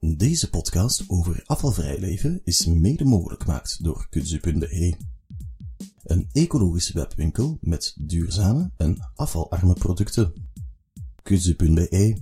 Deze podcast over afvalvrij leven is mede mogelijk gemaakt door kudzu.be. Een ecologische webwinkel met duurzame en afvalarme producten. kudzu.be.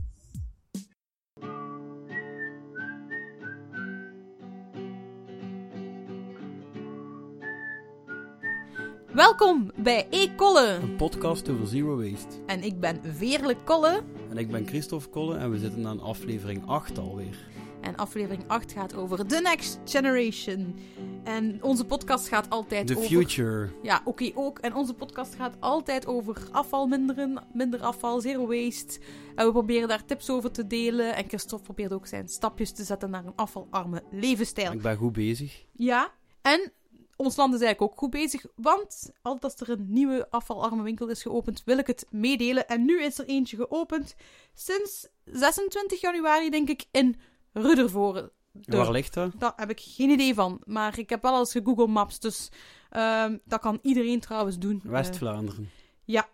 Welkom bij E-Kolle. Een podcast over zero waste. En ik ben Veerle Kolle. En ik ben Christophe Kolle en we zitten aan aflevering 8 alweer. En aflevering 8 gaat over The Next Generation. En onze podcast gaat altijd The over... future. Ja, oké, ook. En onze podcast gaat altijd over afval minderen, minder afval, zero waste. En we proberen daar tips over te delen. En Christophe probeert ook zijn stapjes te zetten naar een afvalarme levensstijl. Ik ben goed bezig. Ja, en... Ons land is eigenlijk ook goed bezig, want altijd als er een nieuwe afvalarme winkel is geopend, wil ik het meedelen. En nu is er eentje geopend sinds 26 januari, denk ik, in Ruddervoorde. Waar ligt dat? Daar heb ik geen idee van, maar ik heb wel eens Google Maps, dus dat kan iedereen trouwens doen. West-Vlaanderen. Ja,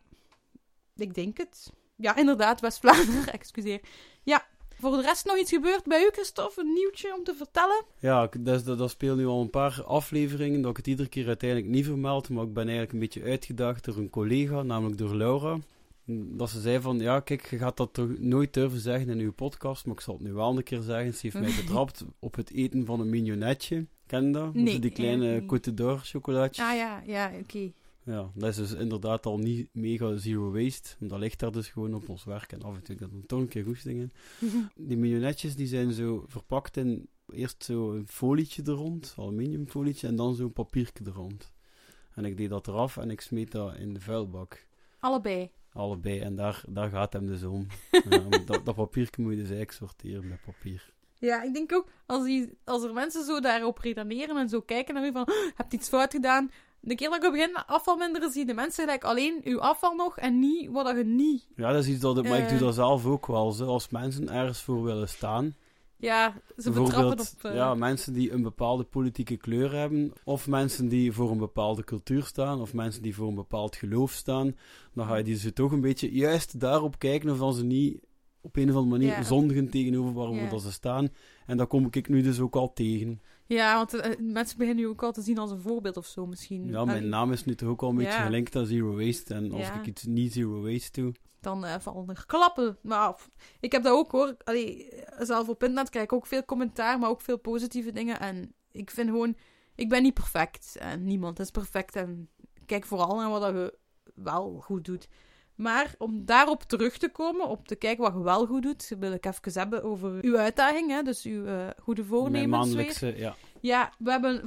ik denk het. Ja, inderdaad, West-Vlaanderen, excuseer. Ja. Voor de rest nog iets gebeurd bij u, Christophe? Een nieuwtje om te vertellen? Ja, dat speelt nu al een paar afleveringen, dat ik het iedere keer uiteindelijk niet vermeld, maar ik ben eigenlijk een beetje uitgedaagd door een collega, namelijk door Laura. Dat ze zei van, ja, kijk, je gaat dat toch nooit durven zeggen in uw podcast, maar ik zal het nu wel een keer zeggen. Ze heeft mij betrapt op het eten van een mignonetje. Ken je dat? Nee. Die kleine Côte d'Or chocolaatjes. Ah ja, oké. Ja, dat is dus inderdaad al niet mega zero waste. Dat ligt daar dus gewoon op ons werk. En af en toe dat dan toch een keer roestingen. Die mignonetjes die zijn zo verpakt in eerst zo'n folietje er rond, aluminiumfolietje, en dan zo'n papiertje er rond. En ik deed dat eraf en ik smeet dat in de vuilbak. Allebei, en daar gaat hem dus om. Dat papiertje moet je dus eigenlijk sorteren met papier. Ja, ik denk ook, als er mensen zo daarop redeneren en zo kijken naar u van, heb je iets fout gedaan? De keer dat ik begin afval minderen, zie de mensen gelijk alleen uw afval nog en niet wat je niet... Ja, dat is iets dat maar ik doe dat zelf ook wel. Zo. Als mensen ergens voor willen staan... Ja, ze betrappen op... Ja, mensen die een bepaalde politieke kleur hebben, of mensen die voor een bepaalde cultuur staan, of mensen die voor een bepaald geloof staan, dan ga je die ze toch een beetje juist daarop kijken of dan ze niet op een of andere manier zondigen tegenover waarom dat ze staan. En dat kom ik nu dus ook al tegen. Ja, want mensen beginnen u ook al te zien als een voorbeeld of zo misschien. Ja, mijn naam is nu toch ook al een beetje gelinkt aan zero waste. En als ik iets niet zero waste doe... Dan vallen er klappen. Maar ik heb dat ook hoor. Zelf op internet krijg ik ook veel commentaar, maar ook veel positieve dingen. En ik vind gewoon, ik ben niet perfect. En niemand is perfect. En kijk vooral naar wat je wel goed doet. Maar om daarop terug te komen, op te kijken wat je wel goed doet, wil ik even hebben over uw uitdaging, hè? Dus uw goede voornemens. Mijn maandelijkse, ja. Ja, we hebben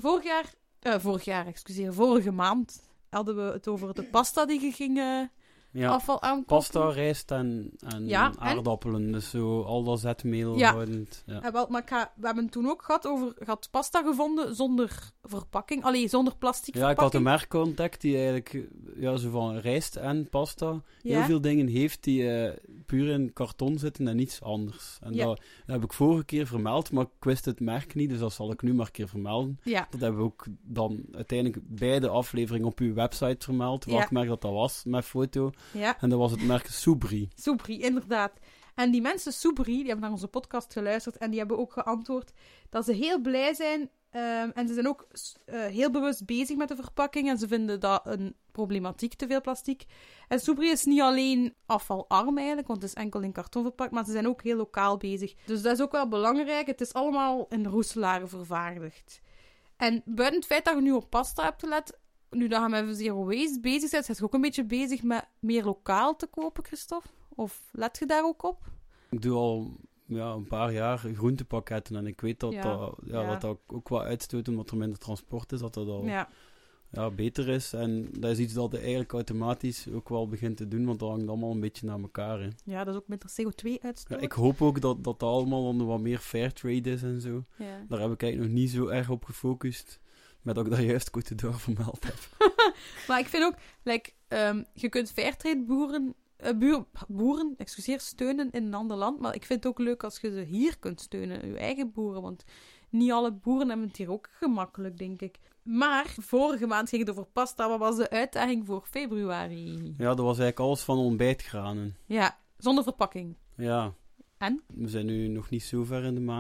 vorige maand hadden we het over de pasta die je ging afval aankopen. Pasta, rijst en aardappelen, dus zo al dat zetmeel houdend. Ja. We hebben toen ook gehad pasta gevonden zonder verpakking, zonder plastic verpakking. Ja, ik had een merk ontdekt die eigenlijk zo van rijst en pasta heel veel dingen heeft die puur in karton zitten en niets anders. En dat heb ik vorige keer vermeld, maar ik wist het merk niet, dus dat zal ik nu maar een keer vermelden. Ja. Dat hebben we ook dan uiteindelijk bij de aflevering op uw website vermeld, welk merk dat was, met foto. Ja. En dat was het merk Soubry. Soubry, inderdaad. En die mensen Soubry, die hebben naar onze podcast geluisterd en die hebben ook geantwoord dat ze heel blij zijn en ze zijn ook heel bewust bezig met de verpakking en ze vinden dat een problematiek, te veel plastic. En Soubry is niet alleen afvalarm eigenlijk, want het is enkel in karton verpakt, maar ze zijn ook heel lokaal bezig. Dus dat is ook wel belangrijk. Het is allemaal in Roeselare vervaardigd. En buiten het feit dat je nu op pasta hebt gelet, nu dat je met zero waste bezig bent, zijn je ook een beetje bezig met meer lokaal te kopen, Christophe? Of let je daar ook op? Ik doe al een paar jaar groentepakketten en ik weet dat ook wat uitstoot omdat er minder transport is, dat al beter is. En dat is iets dat je eigenlijk automatisch ook wel begint te doen, want dat hangt allemaal een beetje naar elkaar. Hè. Ja, dat is ook minder CO2-uitstoot. Ja, ik hoop ook dat dat allemaal onder wat meer fairtrade is en zo. Ja. Daar heb ik eigenlijk nog niet zo erg op gefocust. Maar dat ik daar juist Côte d'Or vermeld heb. Maar ik vind ook, je kunt fairtrade boeren steunen in een ander land. Maar ik vind het ook leuk als je ze hier kunt steunen, je eigen boeren. Want niet alle boeren hebben het hier ook gemakkelijk, denk ik. Maar vorige maand ging het over pasta. Wat was de uitdaging voor februari? Ja, dat was eigenlijk alles van ontbijtgranen. Ja, zonder verpakking. Ja. En? We zijn nu nog niet zo ver in de maand.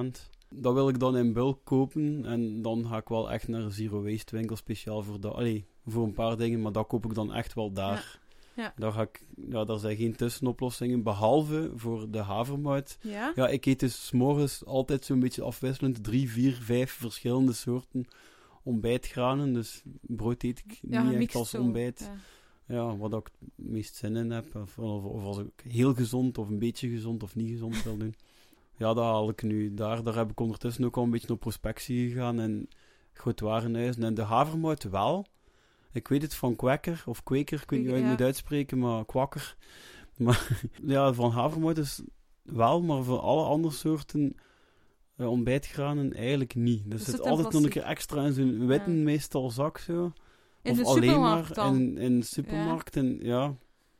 Dat wil ik dan in bulk kopen. En dan ga ik wel echt naar een zero waste winkel speciaal voor dat. Allee, voor een paar dingen, maar dat koop ik dan echt wel daar. Ja. Daar zijn geen tussenoplossingen, behalve voor de havermout. Ja? Ja, ik eet dus 's morgens altijd zo'n beetje afwisselend 3, 4, 5 verschillende soorten ontbijtgranen. Dus brood eet ik niet echt gemixt als zo. ontbijt. Ja, wat ik het meest zin in heb. Of als ik heel gezond of een beetje gezond of niet gezond wil doen. Ja, dat haal ik nu. Daar heb ik ondertussen ook al een beetje op prospectie gegaan in grootwarenhuizen. En de havermout wel. Ik weet het van Quaker, of Quaker, ik weet niet hoe je het moet uitspreken, maar Quaker. Maar ja, van havermout is wel, maar voor alle andere soorten ontbijtgranen eigenlijk niet. Dus het zit altijd nog een keer extra in zo'n witte meestal zak zo. In of de alleen supermarkt maar dan? in de supermarkt. Ja.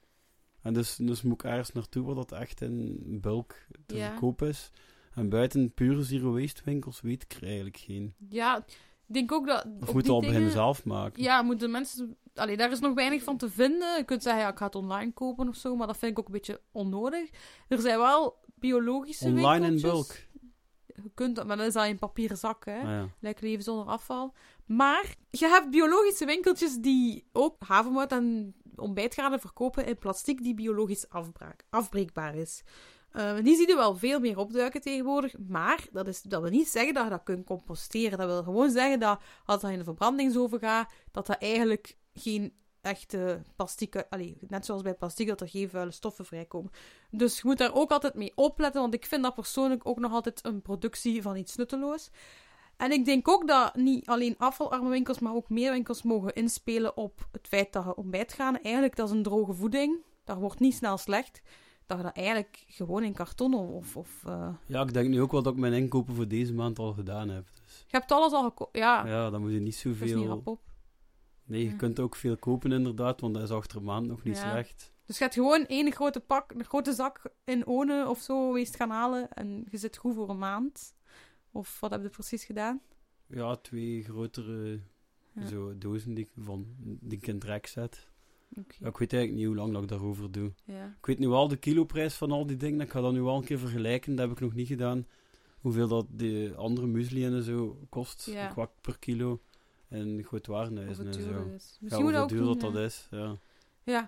En dus moet ik ergens naartoe waar dat echt in bulk te verkoop is. En buiten pure zero waste winkels weet ik er eigenlijk geen. Ja, ik denk ook dat... Of moet je al beginnen zelf maken? Ja, moeten mensen... Allee, daar is nog weinig van te vinden. Je kunt zeggen, ik ga het online kopen of zo, maar dat vind ik ook een beetje onnodig. Er zijn wel biologische online winkeltjes. in bulk? Je kunt dat, maar dat is al in papieren zak, hè. Ja. Lekker leven zonder afval. Maar je hebt biologische winkeltjes die ook havermout en ontbijtgranen verkopen in plastic die biologisch afbreekbaar is. Die zie je wel veel meer opduiken tegenwoordig, maar dat wil niet zeggen dat je dat kunt composteren. Dat wil gewoon zeggen dat als dat in de verbrandingsoven gaat, dat eigenlijk geen echte plastic... net zoals bij plastic, dat er geen vuile stoffen vrijkomen. Dus je moet daar ook altijd mee opletten, want ik vind dat persoonlijk ook nog altijd een productie van iets nutteloos. En ik denk ook dat niet alleen afvalarme winkels, maar ook meer winkels mogen inspelen op het feit dat je ontbijtgranen, eigenlijk dat is een droge voeding, dat wordt niet snel slecht, dat je dat eigenlijk gewoon in karton of Ja, ik denk nu ook wel dat ik mijn inkopen voor deze maand al gedaan heb. Dus. Je hebt alles al gekocht, ja. Ja, dan moet je niet zoveel... Dat is niet rap op. Nee, je kunt ook veel kopen inderdaad, want dat is achter een maand nog niet slecht. Dus je gaat gewoon één grote zak in One of zo geweest gaan halen en je zit goed voor een maand. Of wat heb je precies gedaan? Ja, 2 grotere zo dozen die ik in trek zet. Okay. Ja, ik weet eigenlijk niet hoe lang dat ik daarover doe. Ja. Ik weet nu wel de kiloprijs van al die dingen. Ik ga dat nu wel een keer vergelijken. Dat heb ik nog niet gedaan. Hoeveel dat de andere muesli en zo kost. Ja. Per kilo. En grootwarenhuizen en zo. Misschien hoe duur dat is. Ja.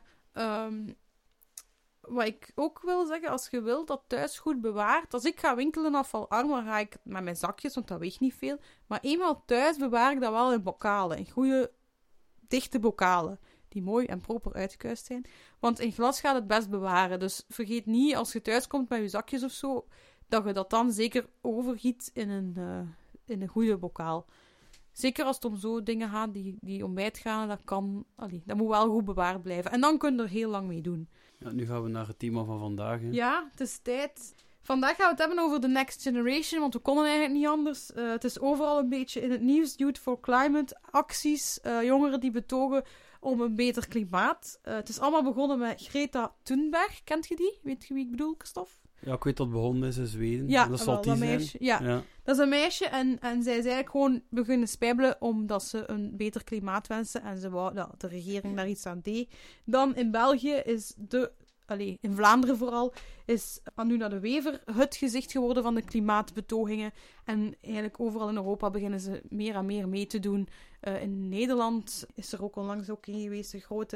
Wat ik ook wil zeggen, als je wilt dat thuis goed bewaart. Als ik ga winkelen afvalarm, dan ga ik met mijn zakjes, want dat weegt niet veel. Maar eenmaal thuis bewaar ik dat wel in bokalen. In goede, dichte bokalen. Die mooi en proper uitgekuist zijn. Want in glas gaat het best bewaren. Dus vergeet niet, als je thuis komt met je zakjes of zo, dat je dat dan zeker overgiet in een goede bokaal. Zeker als het om zo dingen gaat, die ontbijtgranen, dat moet wel goed bewaard blijven. En dan kun je er heel lang mee doen. Ja, nu gaan we naar het thema van vandaag. Hè? Ja, het is tijd. Vandaag gaan we het hebben over de Next Generation, want we konden eigenlijk niet anders. Het is overal een beetje in het nieuws. Youth for Climate, acties, jongeren die betogen om een beter klimaat. Het is allemaal begonnen met Greta Thunberg. Kent je die? Weet je wie ik bedoel, Christophe? Ja, ik weet dat het begonnen is in Zweden. Ja, dat zal die meisje. zijn. Ja, dat is een meisje en zij is eigenlijk gewoon beginnen spijbelen omdat ze een beter klimaat wensen en ze wou dat de regering daar iets aan deed. Dan in België is in Vlaanderen vooral, is Anuna de Wever het gezicht geworden van de klimaatbetogingen. En eigenlijk overal in Europa beginnen ze meer en meer mee te doen. In Nederland is er ook onlangs ook een geweest, een grote.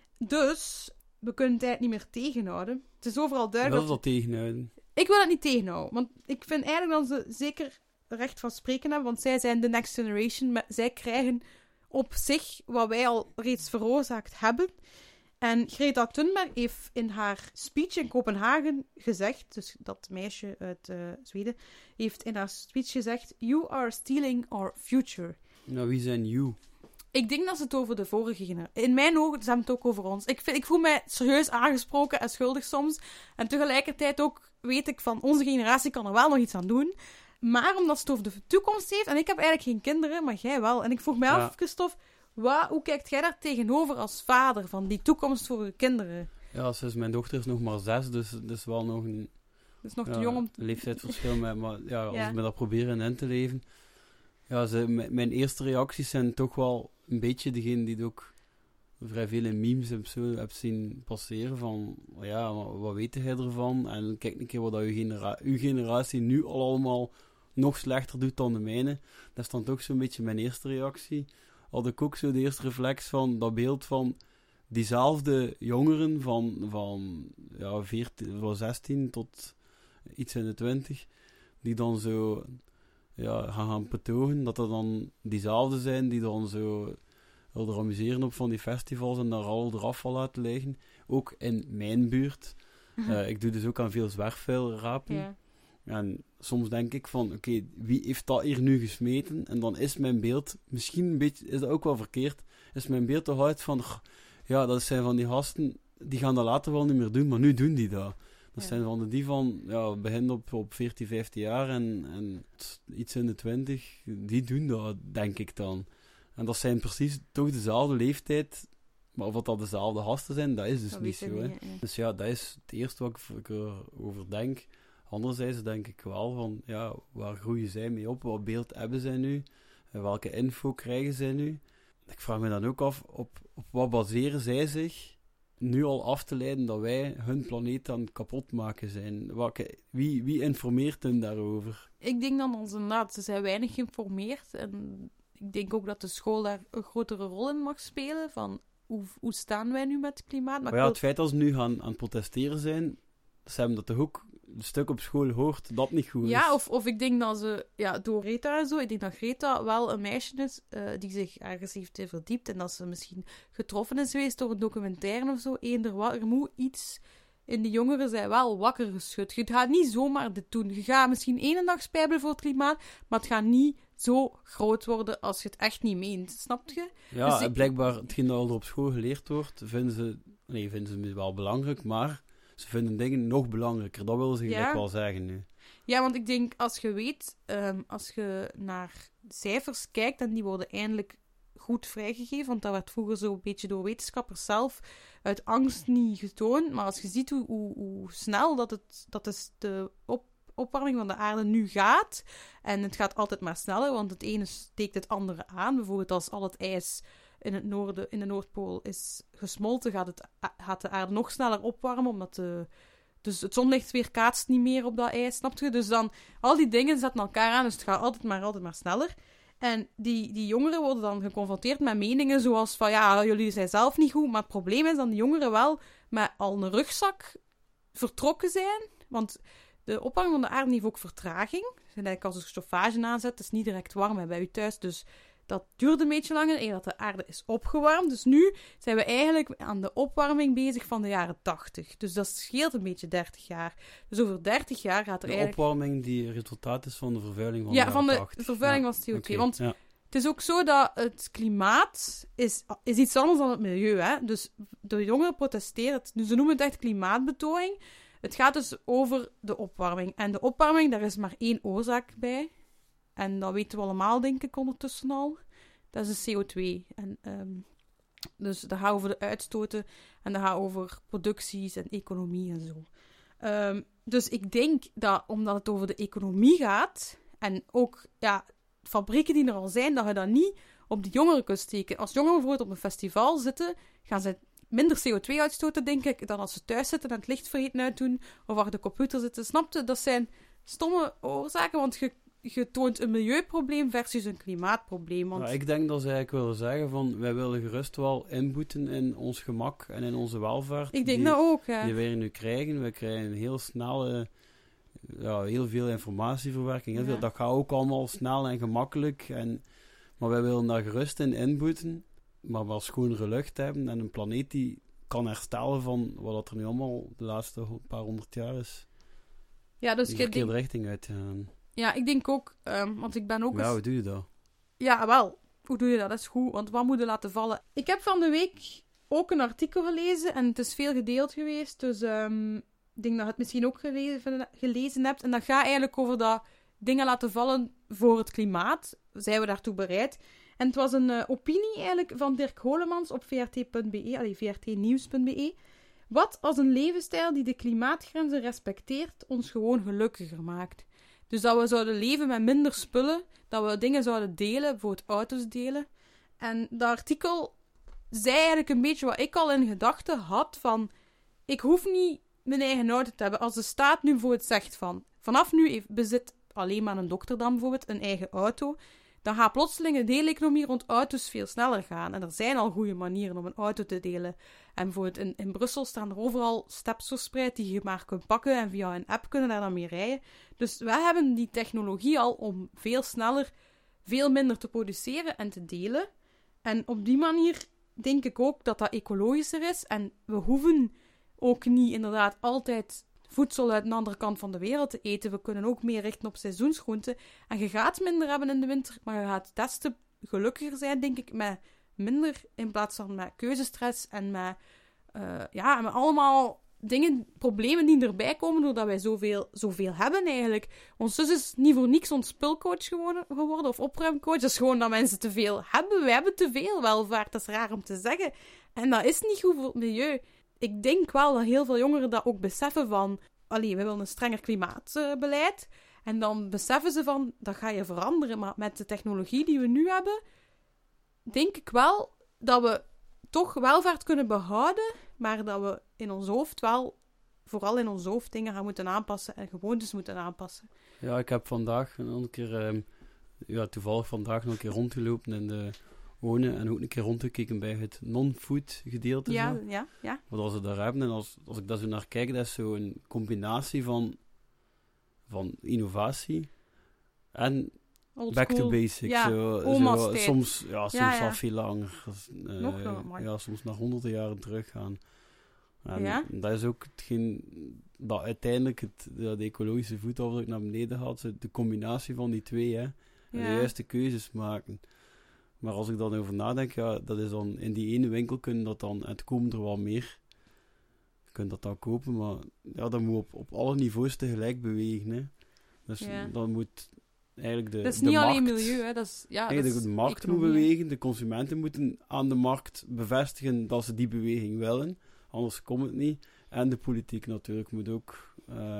Dus we kunnen het eigenlijk niet meer tegenhouden. Het is overal duidelijk. Wil dat tegenhouden? Ik wil het niet tegenhouden. Want ik vind eigenlijk dat ze zeker recht van spreken hebben. Want zij zijn de next generation. Maar zij krijgen op zich wat wij al reeds veroorzaakt hebben. En Greta Thunberg heeft in haar speech in Kopenhagen gezegd, dus dat meisje uit Zweden, heeft in haar speech gezegd, "You are stealing our future." Nou, wie zijn you? Ik denk dat ze het over de vorige generatie... In mijn ogen, ze hebben het ook over ons. Ik voel mij serieus aangesproken en schuldig soms. En tegelijkertijd ook weet ik van, onze generatie kan er wel nog iets aan doen. Maar omdat ze het over de toekomst heeft, en ik heb eigenlijk geen kinderen, maar jij wel. En ik vroeg mij af, Christophe, hoe kijkt jij daar tegenover als vader van die toekomst voor je kinderen? Ja, mijn dochter is nog maar 6, dus wel nog een... Dat is nog te jong om... leeftijdsverschil, maar ja, als ik me dat proberen in te leven... Ja, mijn eerste reacties zijn toch wel een beetje degene die het ook vrij veel in memes heb zien passeren van, wat weet jij ervan? En kijk een keer wat uw generatie nu al allemaal nog slechter doet dan de mijne. Dat is dan toch zo'n beetje mijn eerste reactie. Had ik ook zo de eerste reflex van dat beeld van diezelfde jongeren van 16 tot iets in de 20, die dan zo gaan betogen, dat er dan diezelfde zijn die dan zo wilden amuseren op van die festivals en daar al de afval laten liggen. Ook in mijn buurt. Ik doe dus ook aan veel zwerfvuilrapen. Ja. En soms denk ik van, oké, wie heeft dat hier nu gesmeten? En dan is mijn beeld, misschien een beetje, is dat ook wel verkeerd, is mijn beeld toch uit van, dat zijn van die gasten, die gaan dat later wel niet meer doen, maar nu doen die dat. Dat zijn van die van, begin op 14, 15 jaar en iets in de 20, die doen dat, denk ik dan. En dat zijn precies toch dezelfde leeftijd, maar of dat dezelfde gasten zijn, dat is dus dat niet zo. Hè. Dus dat is het eerste wat ik erover denk. Anderzijds denk ik wel van, waar groeien zij mee op? Wat beeld hebben zij nu? Welke info krijgen zij nu? Ik vraag me dan ook af, op wat baseren zij zich nu al af te leiden dat wij hun planeet aan het kapotmaken zijn? Wie informeert hen daarover? Ik denk dan inderdaad, ze zijn weinig geïnformeerd. En ik denk ook dat de school daar een grotere rol in mag spelen. Van, hoe staan wij nu met het klimaat? Maar het feit dat ze nu aan het protesteren zijn, ze hebben dat toch ook een stuk op school hoort dat niet goed is. Ja, of ik denk dat ze, door Greta en zo, ik denk dat Greta wel een meisje is die zich ergens heeft verdiept en dat ze misschien getroffen is geweest door een documentaire of zo. Er moet iets in de jongeren zijn wel wakker geschud. Je gaat niet zomaar dit doen. Je gaat misschien 1 dag spijbelen voor het klimaat, maar het gaat niet zo groot worden als je het echt niet meent. Snap je? Ja, dus blijkbaar, hetgeen dat er op school geleerd wordt, vinden ze wel belangrijk, maar ze vinden dingen nog belangrijker. Dat willen ze gelijk wel zeggen nu. Ja, want ik denk, als je weet, als je naar cijfers kijkt, en die worden eindelijk goed vrijgegeven, want dat werd vroeger zo een beetje door wetenschappers zelf uit angst niet getoond. Maar als je ziet hoe snel dat de opwarming van de aarde nu gaat, en het gaat altijd maar sneller, want het ene steekt het andere aan. Bijvoorbeeld als al het ijs in de Noordpool is gesmolten, gaat de aarde nog sneller opwarmen, omdat dus het zonlicht weer kaatst niet meer op dat ijs, snap je? Dus dan, al die dingen zetten elkaar aan, dus het gaat altijd maar sneller. En die jongeren worden dan geconfronteerd met meningen zoals van, jullie zijn zelf niet goed, maar het probleem is dat die jongeren wel met al een rugzak vertrokken zijn, want de opwarming van de aarde heeft ook vertraging. Als je stoffage aanzet, het is niet direct warm bij u thuis, dus dat duurt een beetje langer eer dat de aarde is opgewarmd. Dus nu zijn we eigenlijk aan de opwarming bezig van de jaren 80. Dus dat scheelt een beetje 30 jaar. Dus over 30 jaar gaat er eigenlijk... De opwarming die resultaat is van de vervuiling van de jaren 80. Ja, van de vervuiling van CO2. Okay. Want het is ook zo dat het klimaat is iets anders dan het milieu. Hè? Dus de jongeren protesteren. Dus ze noemen het echt klimaatbetoging. Het gaat dus over de opwarming. En de opwarming, daar is maar 1 oorzaak bij. En dat weten we allemaal, denk ik, ondertussen al. Dat is de CO2. En, dus dat gaat over de uitstoten. En dat gaat over producties en economie en zo. Dus ik denk dat, omdat het over de economie gaat... En ook, fabrieken die er al zijn, dat je dat niet op de jongeren kunt steken. Als jongeren bijvoorbeeld op een festival zitten, gaan ze minder CO2 uitstoten, denk ik, dan als ze thuis zitten en het lichtvergeten uitdoen. Of achter de computer zitten. Snap je? Dat zijn stomme oorzaken, want je toont een milieuprobleem versus een klimaatprobleem. Want... ik denk dat ze eigenlijk willen zeggen van, wij willen gerust wel inboeten in ons gemak en in onze welvaart. Ik denk dat ook, hè. Die wij nu krijgen. We krijgen heel snelle, heel veel informatieverwerking. Dat gaat ook allemaal snel en gemakkelijk. Maar wij willen daar gerust in inboeten, maar wel schonere lucht hebben en een planeet die kan herstellen van wat er nu allemaal de laatste paar 100 jaar is. Ja, dus de verkeerde richting uit. Ja, ik denk ook, want ik ben ook... Ja, hoe doe je dat? Ja, wel. Hoe doe je dat? Dat is goed, want wat moet je laten vallen? Ik heb van de week ook een artikel gelezen en het is veel gedeeld geweest, dus ik denk dat je het misschien ook gelezen hebt. En dat gaat eigenlijk over dat dingen laten vallen voor het klimaat. Zijn we daartoe bereid? En het was een opinie eigenlijk van Dirk Holemans op vrt.be, vrtnieuws.be. Wat als een levensstijl die de klimaatgrenzen respecteert ons gewoon gelukkiger maakt? Dus dat we zouden leven met minder spullen, dat we dingen zouden delen, bijvoorbeeld auto's delen. En dat artikel zei eigenlijk een beetje wat ik al in gedachten had van, ik hoef niet mijn eigen auto te hebben. Als de staat nu bijvoorbeeld zegt van, vanaf nu bezit alleen maar een dokter dan bijvoorbeeld, een eigen auto, dan gaat plotseling de hele economie rond auto's veel sneller gaan. En er zijn al goede manieren om een auto te delen. En bijvoorbeeld in Brussel staan er overal steps verspreid die je maar kunt pakken en via een app kunnen daar dan mee rijden. Dus wij hebben die technologie al om veel sneller, veel minder te produceren en te delen. En op die manier denk ik ook dat dat ecologischer is. En we hoeven ook niet inderdaad altijd voedsel uit een andere kant van de wereld te eten. We kunnen ook meer richten op seizoensgroenten. En je gaat minder hebben in de winter, maar je gaat des te gelukkiger zijn, denk ik, met minder in plaats van met keuzestress en met allemaal dingen, problemen die erbij komen doordat wij zoveel hebben eigenlijk. Ons zus is niet voor niks ons spulcoach geworden of opruimcoach. Dat is gewoon dat mensen te veel hebben. We hebben te veel welvaart, dat is raar om te zeggen. En dat is niet goed voor het milieu. Ik denk wel dat heel veel jongeren dat ook beseffen van, we willen een strenger klimaatbeleid. En dan beseffen ze van, dat ga je veranderen. Maar met de technologie die we nu hebben, denk ik wel dat we toch welvaart kunnen behouden, maar dat we in ons hoofd vooral in ons hoofd dingen gaan moeten aanpassen en gewoontes moeten aanpassen. Ja, ik heb vandaag een keer, toevallig vandaag nog een keer rondgelopen in de wonen en ook een keer rondgekeken bij het non-food gedeelte. Ja. Wat ze daar hebben. En als ik daar zo naar kijk, dat is zo een combinatie van innovatie en back to basics. Ja, soms al veel langer. Soms naar honderden jaren teruggaan. En dat is ook hetgeen dat uiteindelijk de ecologische voetafdruk naar beneden gaat. De combinatie van die twee, hè. En de juiste keuzes maken. Maar als ik dan over nadenk, dat is dan in die ene winkel kunnen dat dan, en het komen er wel meer, je kunt dat dan kopen, maar dat moet op alle niveaus tegelijk bewegen, hè. Dus dan moet eigenlijk dat is niet alleen milieu, hè. De markt moet bewegen, de consumenten moeten aan de markt bevestigen dat ze die beweging willen, anders komt het niet. En de politiek natuurlijk moet ook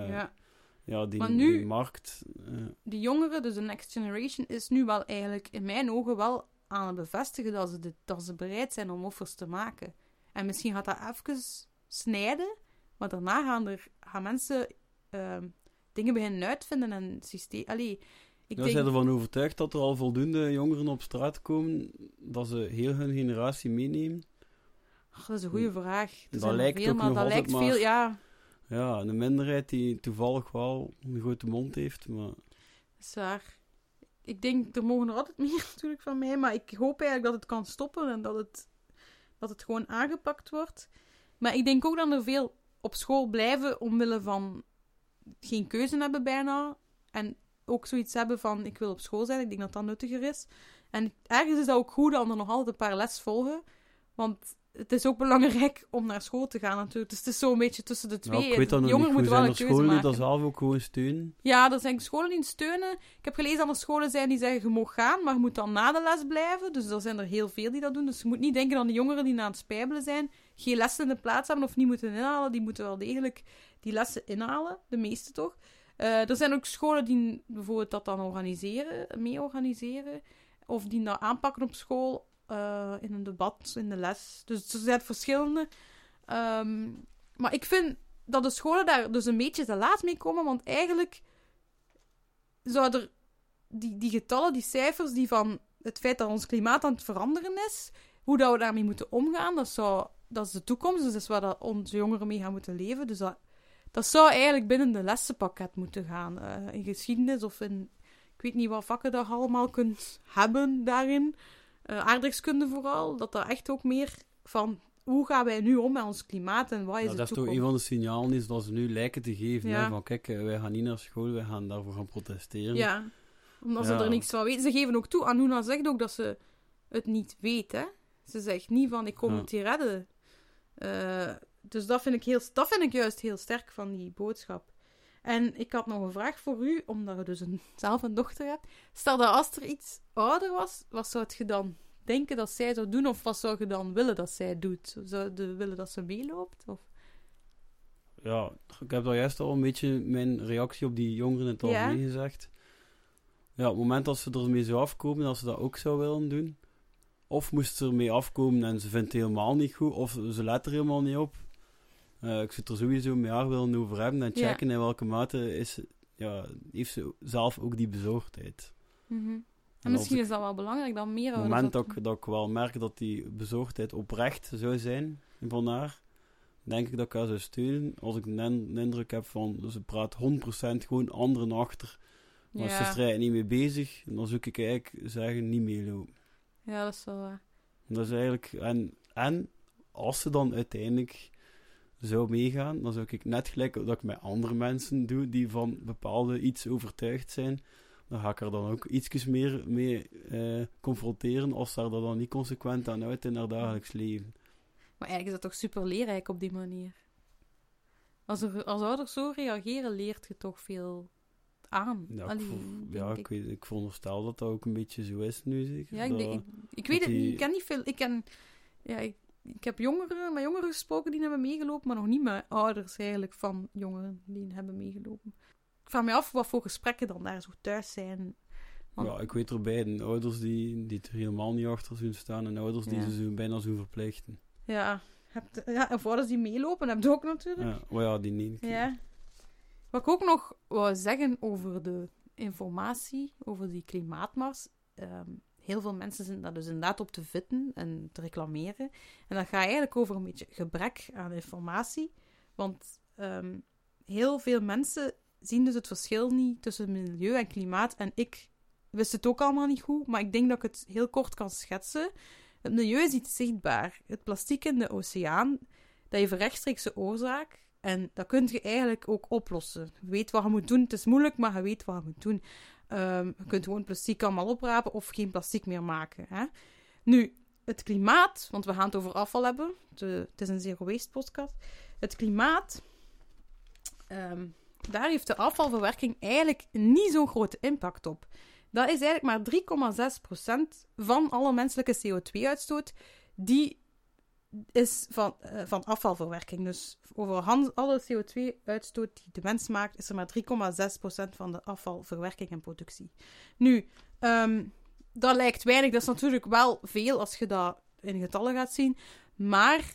die markt... Die jongeren, dus de next generation, is nu wel eigenlijk in mijn ogen wel aan het bevestigen dat ze bereid zijn om offers te maken. En misschien gaat dat even snijden, maar daarna gaan mensen dingen beginnen uitvinden en systeem... Ik zijn ervan overtuigd dat er al voldoende jongeren op straat komen, dat ze heel hun generatie meenemen? Dat is een goede vraag. Dat lijkt veel, ook nog altijd lijkt veel, ja. Ja, een minderheid die toevallig wel een grote mond heeft, maar... Dat is waar. Ik denk, er mogen er altijd meer natuurlijk van mij, maar ik hoop eigenlijk dat het kan stoppen en dat het gewoon aangepakt wordt. Maar ik denk ook dat er veel op school blijven omwille van geen keuze hebben bijna. En ook zoiets hebben van, ik wil op school zijn. Ik denk dat dat nuttiger is. En ergens is dat ook goed dat er nog altijd een paar les volgen. Want het is ook belangrijk om naar school te gaan natuurlijk. Dus het is zo'n beetje tussen de twee. Ja, ik weet dat nog jongeren niet. moeten wel een keuze maken. Scholen die dat zelf ook gewoon steunen? Ja, er zijn scholen die steunen. Ik heb gelezen dat er scholen zijn die zeggen, je mag gaan, maar je moet dan na de les blijven. Dus er zijn er heel veel die dat doen. Dus je moet niet denken dat de jongeren die aan het spijbelen zijn, geen lessen in de plaats hebben of niet moeten inhalen. Die moeten wel degelijk die lessen inhalen. De meeste toch. Er zijn ook scholen die bijvoorbeeld dat dan mee organiseren. Of die dat aanpakken op school. In een debat, in de les. Dus er zijn verschillende. Maar ik vind dat de scholen daar dus een beetje te laat mee komen, want eigenlijk zou er die getallen, die cijfers, die van het feit dat ons klimaat aan het veranderen is, hoe dat we daarmee moeten omgaan, dat is de toekomst, dus dat is waar dat onze jongeren mee gaan moeten leven. Dus dat zou eigenlijk binnen de lessenpakket moeten gaan. In geschiedenis of in... Ik weet niet wat vakken dat je allemaal kunt hebben daarin. Aardrijkskunde vooral, dat echt ook meer van hoe gaan wij nu om met ons klimaat en wat is de toekomst. Dat is toch een van de signalen is dat ze nu lijken te geven. Hè? Van kijk, wij gaan niet naar school, wij gaan daarvoor gaan protesteren. Ja, omdat ze er niks van weten. Ze geven ook toe, Anuna zegt ook dat ze het niet weet. Hè? Ze zegt niet van ik kom het hier redden. Dus dat vind ik juist heel sterk van die boodschap. En ik had nog een vraag voor u, omdat je dus zelf een dochter hebt. Stel dat als er iets ouder was, wat zou je dan denken dat zij zou doen? Of wat zou je dan willen dat zij doet? Zou je willen dat ze meeloopt? Of? Ja, ik heb daar juist al een beetje mijn reactie op die jongeren in het algemeen gezegd. Ja, op het moment dat ze ermee zou afkomen, dat ze dat ook zou willen doen. Of moest ze ermee afkomen en ze vindt het helemaal niet goed, of ze let er helemaal niet op. Ik zou het er sowieso met haar willen over hebben en checken in welke mate heeft ze zelf ook die bezorgdheid. Mm-hmm. En misschien is dat wel belangrijk dan meer... Op het moment dat ik wel merk dat die bezorgdheid oprecht zou zijn van haar, denk ik dat ik haar zou steunen. Als ik de indruk heb van, ze praat 100% gewoon anderen achter. Maar ze is er niet mee bezig. En dan zou ik eigenlijk zeggen, niet meelopen. Ja, dat is wel waar. Dat is eigenlijk... En als ze dan uiteindelijk zou meegaan, dan zou ik net gelijk dat ik met andere mensen doe, die van bepaalde iets overtuigd zijn, dan ga ik er dan ook ietsjes meer mee confronteren, als ze er dan niet consequent aan houdt in haar dagelijks leven. Maar eigenlijk is dat toch super leerrijk op die manier. Als ouders zo reageren, leert je toch veel aan. Ja, ik veronderstel dat dat ook een beetje zo is nu, zeker. Ja, ik weet het niet. Ik ken niet veel. Ik heb met jongeren gesproken die hebben meegelopen, maar nog niet met ouders eigenlijk van jongeren die hebben meegelopen. Ik vraag me af wat voor gesprekken dan daar zo thuis zijn. Ja, ik weet er beiden. Ouders die er helemaal niet achter zullen staan en ouders die ze zo bijna zo verplichten. Ja, en ouders die meelopen, heb je ook natuurlijk. Ja, maar ja, die niet. Ja. Wat ik ook nog wou zeggen over de informatie, over die klimaatmars. Heel veel mensen zijn daar dus inderdaad op te vitten en te reclameren. En dat gaat eigenlijk over een beetje gebrek aan informatie. Want heel veel mensen zien dus het verschil niet tussen milieu en klimaat. En ik wist het ook allemaal niet goed, maar ik denk dat ik het heel kort kan schetsen. Het milieu is iets zichtbaar. Het plastic in de oceaan, dat heeft een rechtstreekse oorzaak. En dat kun je eigenlijk ook oplossen. Je weet wat je moet doen. Het is moeilijk, maar je weet wat je moet doen. Je kunt gewoon plastic allemaal oprapen of geen plastic meer maken. Hè? Nu, het klimaat, want we gaan het over afval hebben. Het is een Zero Waste podcast. Het klimaat, daar heeft de afvalverwerking eigenlijk niet zo'n grote impact op. Dat is eigenlijk maar 3,6% van alle menselijke CO2-uitstoot die is van afvalverwerking. Dus over alle CO2-uitstoot die de mens maakt, is er maar 3,6% van de afvalverwerking en productie. Nu, dat lijkt weinig. Dat is natuurlijk wel veel als je dat in getallen gaat zien. Maar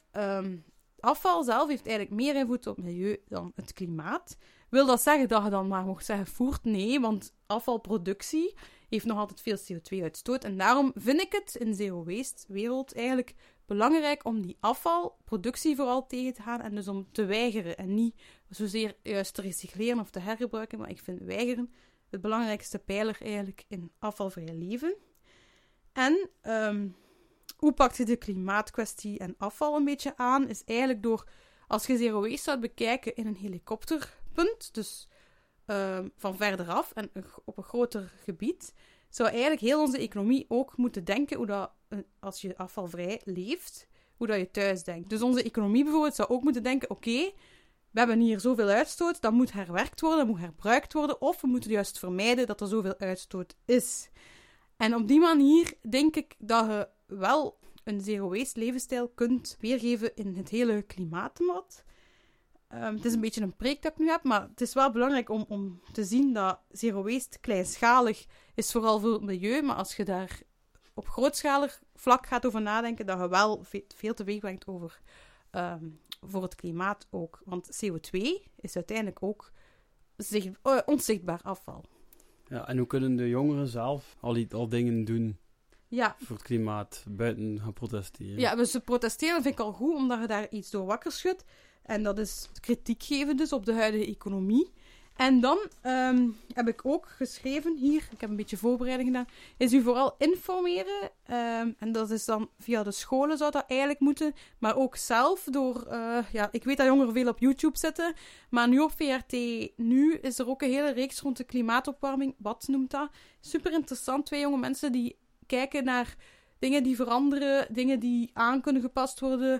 afval zelf heeft eigenlijk meer invloed op het milieu dan het klimaat. Wil dat zeggen dat je dan maar mocht zeggen voert? Nee, want afvalproductie heeft nog altijd veel CO2-uitstoot. En daarom vind ik het in Zero Waste wereld eigenlijk belangrijk om die afvalproductie vooral tegen te gaan en dus om te weigeren en niet zozeer juist te recycleren of te hergebruiken, maar ik vind weigeren het belangrijkste pijler eigenlijk in afvalvrij leven. En hoe pakt je de klimaatkwestie en afval een beetje aan? Is eigenlijk door, als je Zero Waste zou bekijken in een helikopterpunt, dus van verderaf en op een groter gebied, zou eigenlijk heel onze economie ook moeten denken hoe dat, als je afvalvrij leeft, hoe dat je thuis denkt. Dus onze economie bijvoorbeeld zou ook moeten denken, oké, we hebben hier zoveel uitstoot, dat moet herwerkt worden, dat moet herbruikt worden, of we moeten juist vermijden dat er zoveel uitstoot is. En op die manier denk ik dat je wel een Zero Waste levensstijl kunt weergeven in het hele klimaatdebat. Het is een beetje een preek dat ik nu heb, maar het is wel belangrijk om te zien dat Zero Waste kleinschalig is vooral voor het milieu, maar als je daar op grootschalig vlak gaat over nadenken, dat je wel veel teweeg brengt over voor het klimaat ook. Want CO2 is uiteindelijk ook onzichtbaar afval. Ja, en hoe kunnen de jongeren zelf al dingen doen voor het klimaat, buiten gaan protesteren? Ja, dus protesteren vind ik al goed, omdat je daar iets door wakker schudt. En dat is kritiek geven dus op de huidige economie. En dan heb ik ook geschreven hier, ik heb een beetje voorbereiding gedaan, is u vooral informeren. En dat is dan via de scholen zou dat eigenlijk moeten. Maar ook zelf door, ik weet dat jongeren veel op YouTube zitten. Maar nu op VRT Nu is er ook een hele reeks rond de klimaatopwarming. Wat noemt dat? Super interessant. 2 jonge mensen die kijken naar dingen die veranderen. Dingen die aan kunnen gepast worden.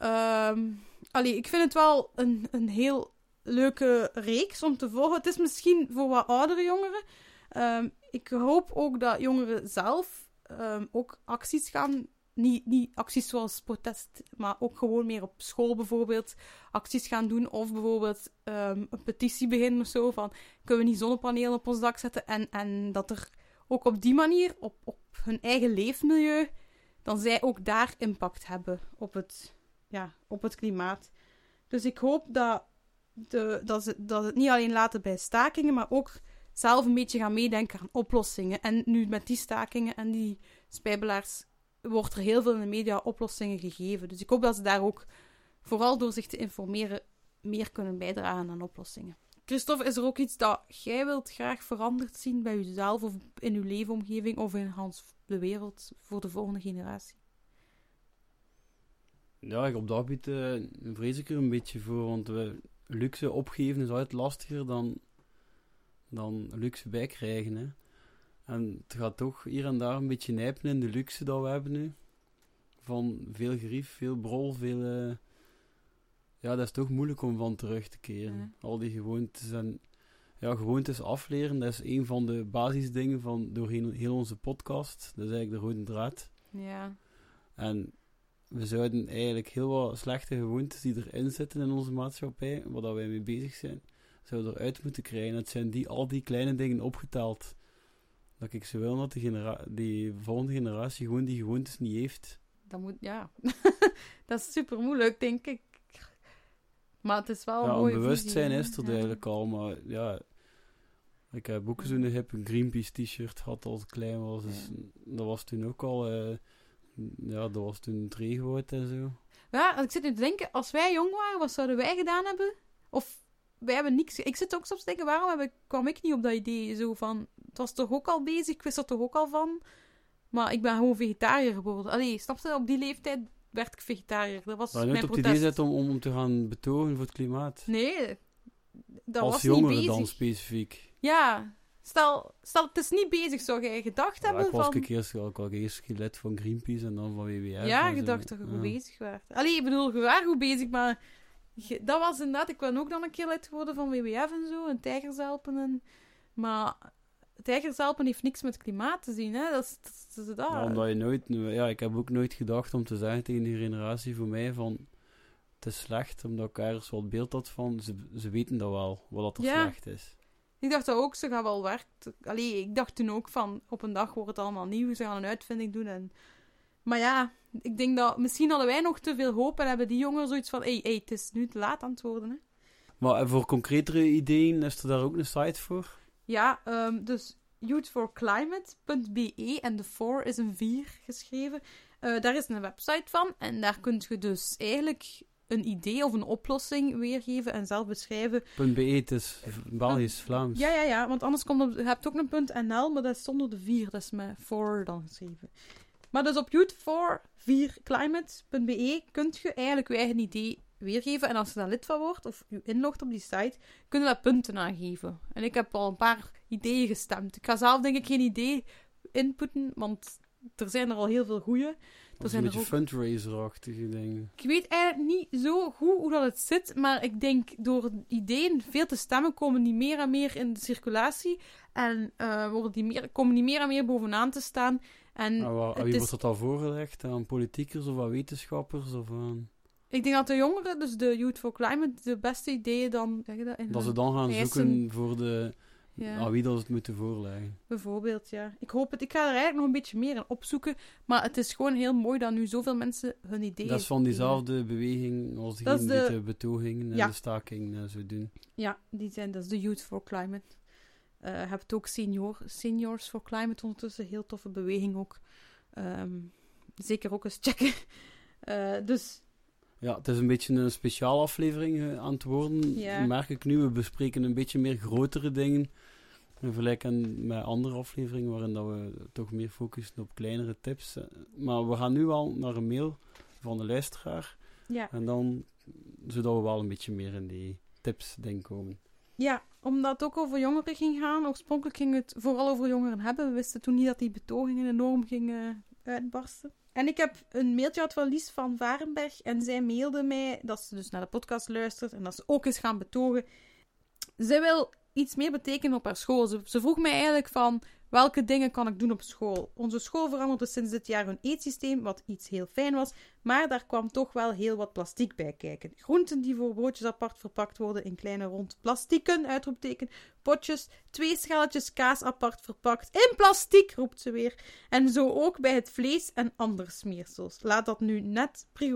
Ik vind het wel een heel leuke reeks om te volgen. Het is misschien voor wat oudere jongeren. Ik hoop ook dat jongeren zelf ook acties gaan. Niet acties zoals protest, maar ook gewoon meer op school bijvoorbeeld acties gaan doen. Of bijvoorbeeld een petitie beginnen of zo. Van, kunnen we niet zonnepanelen op ons dak zetten? En dat er ook op die manier, op hun eigen leefmilieu, dan zij ook daar impact hebben op het klimaat. Dus ik hoop dat dat het niet alleen laten bij stakingen, maar ook zelf een beetje gaan meedenken aan oplossingen. En nu met die stakingen en die spijbelaars wordt er heel veel in de media oplossingen gegeven. Dus ik hoop dat ze daar ook, vooral door zich te informeren, meer kunnen bijdragen aan oplossingen. Christophe, is er ook iets dat jij wilt graag veranderd zien bij jezelf of in je leefomgeving of in de wereld voor de volgende generatie? Ja, op dat gebied vrees ik er een beetje voor, want luxe opgeven is altijd lastiger dan luxe bijkrijgen. Hè. En het gaat toch hier en daar een beetje nijpen in de luxe dat we hebben nu. Van veel gerief, veel brol, veel... Ja, dat is toch moeilijk om van terug te keren. Ja. Al die gewoontes en... Ja, gewoontes afleren, dat is een van de basisdingen van doorheen heel onze podcast. Dat is eigenlijk de rode draad. Ja. En we zouden eigenlijk heel wat slechte gewoontes die erin zitten in onze maatschappij, waar wij mee bezig zijn, zouden eruit moeten krijgen. Het zijn al die kleine dingen opgeteld. Dat ik zo wil dat die volgende generatie gewoon die gewoontes niet heeft. Dat moet, ja. Dat is super moeilijk, denk ik. Maar het is wel een mooie bewustzijn visie, is er ja. eigenlijk al, maar ja... Ik heb ook zo'n hippe Greenpeace t-shirt gehad als ik klein was. Dus dat was toen ook al... dat was toen het regenwoud en zo. Ja, ik zit nu te denken, als wij jong waren, wat zouden wij gedaan hebben? Of wij hebben niks... Ik zit ook soms te denken, waarom kwam ik niet op dat idee? Zo van, het was toch ook al bezig, ik wist er toch ook al van. Maar ik ben gewoon vegetariër geworden. Allee, snap je? Op die leeftijd werd ik vegetariër. Dat was Maar mijn je nooit op protest. het idee zet om te gaan betogen voor het klimaat. Nee, dat als was jongeren niet bezig. dan specifiek. Ja, stel, het is niet bezig, zou jij gedacht hebben Ik was van... eerst lid van Greenpeace en dan van WWF. Ja, en je zo. dacht dat je goed bezig werd. Allee, ik bedoel, je was goed bezig, maar... Dat was inderdaad... Ik ben ook dan een keer lid geworden van WWF en zo, en Tijgerzelpen. Maar Tijgerzelpen heeft niks met klimaat te zien, hè. Dat is dat. Ja, omdat je nooit... Ja, ik heb ook nooit gedacht om te zeggen tegen die generatie voor mij van... Het is slecht, omdat ik ergens wel het beeld had van... Ze weten dat wel, wat dat er slecht is. Ik dacht dat ook, ze gaan wel werken. Allee, ik dacht toen ook van... Op een dag wordt het allemaal nieuw, ze gaan een uitvinding doen en... Maar ja, ik denk dat... Misschien hadden wij nog te veel hoop en hebben die jongeren zoiets van... Hey, het is nu te laat aan het worden, hè. Maar voor concretere ideeën, is er daar ook een site voor? Ja, dus youthforclimate.be en de 4 is een 4 geschreven. Daar is een website van en daar kun je dus eigenlijk een idee of een oplossing weergeven en zelf beschrijven. .be, het is Belgisch, Vlaams. Ja, want anders je hebt ook een .nl, maar dat is zonder de 4, dat is met 4 dan geschreven. Maar dus op youth4climate.be kunt je eigenlijk je eigen idee weergeven. En als je daar lid van wordt, of je inlogt op die site, kun je daar punten aangeven. En ik heb al een paar ideeën gestemd. Ik ga zelf denk ik geen idee inputten, want er zijn er al heel veel goeie. Dat is een beetje fundraiser-achtige dingen. Ik weet eigenlijk niet zo goed hoe dat het zit, maar ik denk door ideeën veel te stemmen komen die meer en meer in de circulatie en komen die meer en meer bovenaan te staan. En wie wordt dat al voorgelegd? Aan politiekers of aan wetenschappers? Of aan... Ik denk dat de jongeren, dus de Youth for Climate, de beste ideeën dan... Zeg je dat ze dan gaan zoeken voor de... Ja. Aan wie dat ze het moeten voorleggen. Bijvoorbeeld, ja. Ik hoop het. Ik ga er eigenlijk nog een beetje meer in opzoeken. Maar het is gewoon heel mooi dat nu zoveel mensen hun ideeën... Dat is van diezelfde beweging als diegenen die de betogingen en de staking zo doen. Ja, dat is de Youth for Climate. Je hebt ook Seniors for Climate ondertussen. Heel toffe beweging ook. Zeker ook eens checken. Dus... Ja, het is een beetje een speciaal aflevering aan het worden. Ja. Merk ik nu. We bespreken een beetje meer grotere dingen. Vergelijken met andere afleveringen waarin dat we toch meer focussen op kleinere tips. Maar we gaan nu al naar een mail van de luisteraar. Ja. En dan, zodat we wel een beetje meer in die tips denk komen. Ja, omdat het ook over jongeren ging gaan. Oorspronkelijk ging het vooral over jongeren hebben. We wisten toen niet dat die betogingen enorm gingen uitbarsten. En ik heb een mailtje gehad van Lies van Varenberg. En zij mailde mij dat ze dus naar de podcast luistert. En dat ze ook eens gaan betogen. Zij wil iets meer betekenen op haar school. Ze vroeg mij eigenlijk van... Welke dingen kan ik doen op school? Onze school veranderde sinds dit jaar hun eetsysteem, wat iets heel fijn was. Maar daar kwam toch wel heel wat plastiek bij kijken. Groenten die voor broodjes apart verpakt worden in kleine rond plastieken, uitroepteken, potjes, 2 schelletjes kaas apart verpakt in plastic, roept ze weer. En zo ook bij het vlees en andere smeersels. Laat dat nu net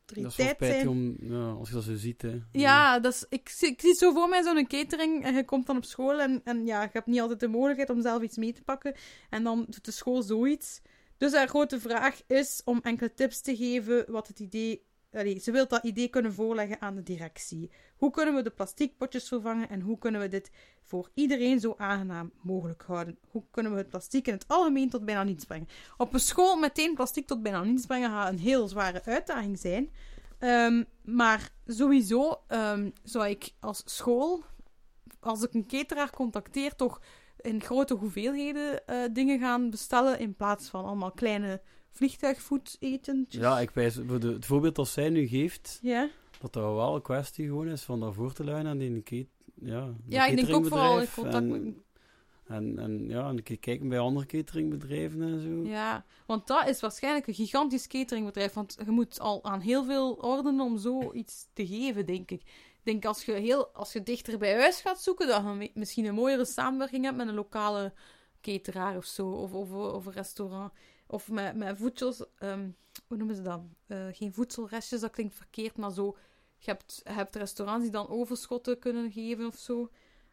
Dat is wel tijd spijtig zijn. als je dat zo ziet. Hè. Ja, ik zie zo voor mij zo'n catering en je komt dan op school en ja, je hebt niet altijd de mogelijkheid om zelf iets mee te pakken. En dan doet de school zoiets. Dus haar grote vraag is om enkele tips te geven wat het idee... ze wil dat idee kunnen voorleggen aan de directie. Hoe kunnen we de plastiekpotjes vervangen en hoe kunnen we dit voor iedereen zo aangenaam mogelijk houden? Hoe kunnen we het plastic in het algemeen tot bijna niets brengen? Op een school meteen plastic tot bijna niets brengen gaat een heel zware uitdaging zijn. Maar sowieso zou ik als school, als ik een cateraar contacteer, toch in grote hoeveelheden dingen gaan bestellen in plaats van allemaal kleine vliegtuigvoedetentjes. Ja, ik wijs voor het voorbeeld dat zij nu geeft, Ja, dat dat wel een kwestie gewoon is van dat voor te luiden aan die ja, ik denk ook vooral in contact met... En een keer kijken bij andere cateringbedrijven en zo. Ja, want dat is waarschijnlijk een gigantisch cateringbedrijf, want je moet al aan heel veel ordenen om zoiets te geven, denk ik. Ik denk als je dichter bij huis gaat zoeken, dat je misschien een mooiere samenwerking hebt met een lokale cateraar of zo, of een restaurant. Of met voedsels, hoe noemen ze dat? Geen voedselrestjes, dat klinkt verkeerd, maar zo. Je hebt restaurants die dan overschotten kunnen geven of zo.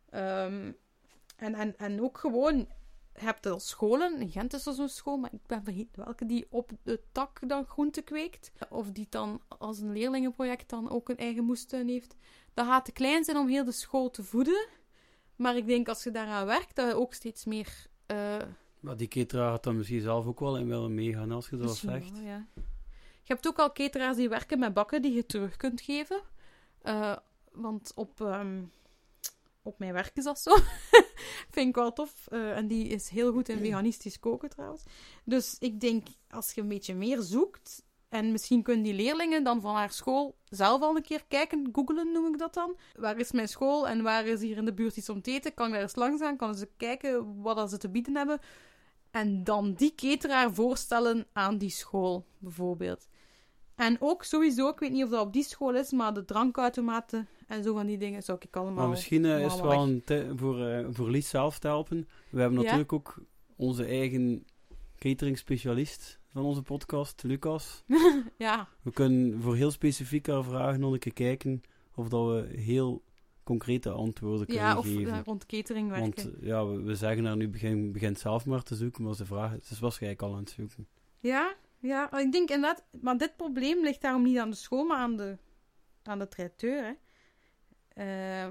En ook gewoon, je hebt al scholen, in Gent is er zo'n school, maar ik ben vergeten welke, die op de tak dan groente kweekt. Of die dan als een leerlingenproject dan ook een eigen moestuin heeft. Dat gaat te klein zijn om heel de school te voeden. Maar ik denk als je daaraan werkt, dat je ook steeds meer... Maar die cateraar had dan misschien zelf ook wel in willen meegaan, als je dat zegt. Wel, ja. Je hebt ook al cateraars die werken met bakken die je terug kunt geven. Want op mijn werk is dat zo. Vind ik wel tof. En die is heel goed in veganistisch koken trouwens. Dus ik denk, als je een beetje meer zoekt... En misschien kunnen die leerlingen dan van haar school zelf al een keer kijken. Googlen noem ik dat dan. Waar is mijn school en waar is hier in de buurt iets om te eten? Kan ik daar eens langs gaan? Kan ze kijken wat ze te bieden hebben? En dan die cateraar voorstellen aan die school, bijvoorbeeld. En ook sowieso, ik weet niet of dat op die school is, maar de drankautomaten en zo van die dingen zou ik allemaal... Maar misschien is het wel een voor Lies zelf te helpen. We hebben natuurlijk ook onze eigen catering specialist van onze podcast, Lucas. Ja. We kunnen voor heel specifieke vragen nog een keer kijken of dat we heel concrete antwoorden kunnen geven. Ja, of rond catering werken. Want we zeggen daar nu, begint zelf maar te zoeken, maar ze vragen, het is waarschijnlijk al aan het zoeken. Ja, ik denk inderdaad, maar dit probleem ligt daarom niet aan de school, maar aan de traiteur, hè.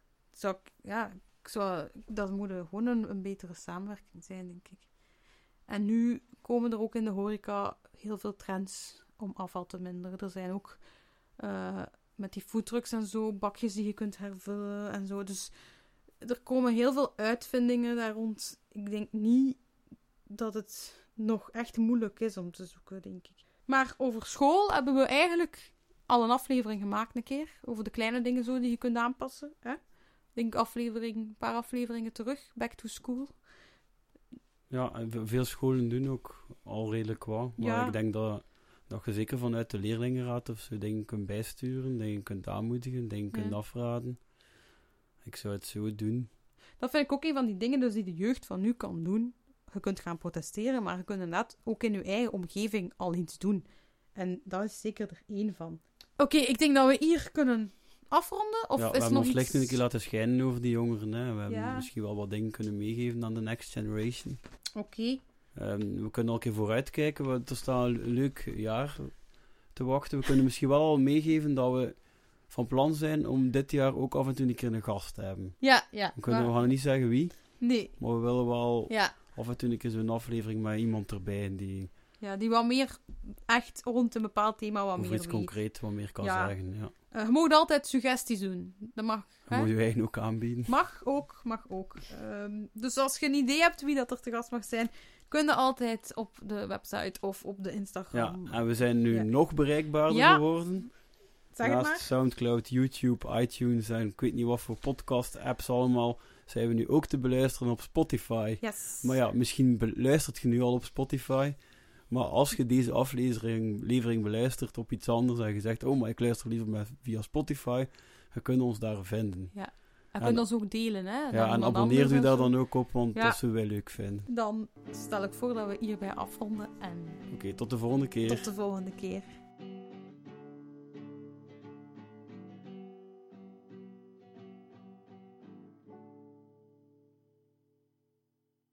Dat moet gewoon een betere samenwerking zijn, denk ik. En nu komen er ook in de horeca heel veel trends om afval te minderen. Er zijn ook met die foodtrucks en zo bakjes die je kunt hervullen en zo. Dus er komen heel veel uitvindingen daar rond. Ik denk niet dat het nog echt moeilijk is om te zoeken, denk ik. Maar over school hebben we eigenlijk al een aflevering gemaakt een keer. Over de kleine dingen zo die je kunt aanpassen. Hè? Ik denk een paar afleveringen terug. Back to school. Ja, en veel scholen doen ook al redelijk wat. Maar ik denk dat je zeker vanuit de leerlingenraad of zo dingen kunt bijsturen, dingen kunt aanmoedigen, dingen kunt afraden. Ik zou het zo doen. Dat vind ik ook een van die dingen dus die de jeugd van nu kan doen. Je kunt gaan protesteren, maar je kunt inderdaad ook in je eigen omgeving al iets doen. En dat is zeker er één van. Oké, ik denk dat we hier kunnen afronden. Of we hebben ons licht een keer laten schijnen over die jongeren. Hè. We hebben misschien wel wat dingen kunnen meegeven aan de next generation. Oké. We kunnen al een keer vooruitkijken. Er staat een leuk jaar te wachten. We kunnen misschien wel al meegeven dat we van plan zijn om dit jaar ook af en toe een keer een gast te hebben. Ja. We gaan niet zeggen wie. Nee. Maar we willen wel af en toe een keer zo'n aflevering met iemand erbij die... Ja, die wat meer echt rond een bepaald thema wat of meer iets concreet wat meer kan zeggen. Ja. Je mag altijd suggesties doen. Dat mag. Je moet je eigen ook aanbieden. Mag ook. Dus als je een idee hebt wie dat er te gast mag zijn, kun je altijd op de website of op de Instagram. Ja, en we zijn nu nog bereikbaarder geworden. Zeg het maar. Soundcloud, YouTube, iTunes en ik weet niet wat voor podcast-apps allemaal, zijn we nu ook te beluisteren op Spotify. Yes. Maar ja, misschien luistert je nu al op Spotify. Maar als je deze aflevering beluistert op iets anders en je zegt, maar ik luister liever via Spotify, je kunt ons daar vinden. Ja, en kunt ons ook delen, hè. Ja, en abonneer u daar dan ook op, want dat zullen wij leuk vinden. Dan stel ik voor dat we hierbij afronden. Oké, tot de volgende keer. Tot de volgende keer.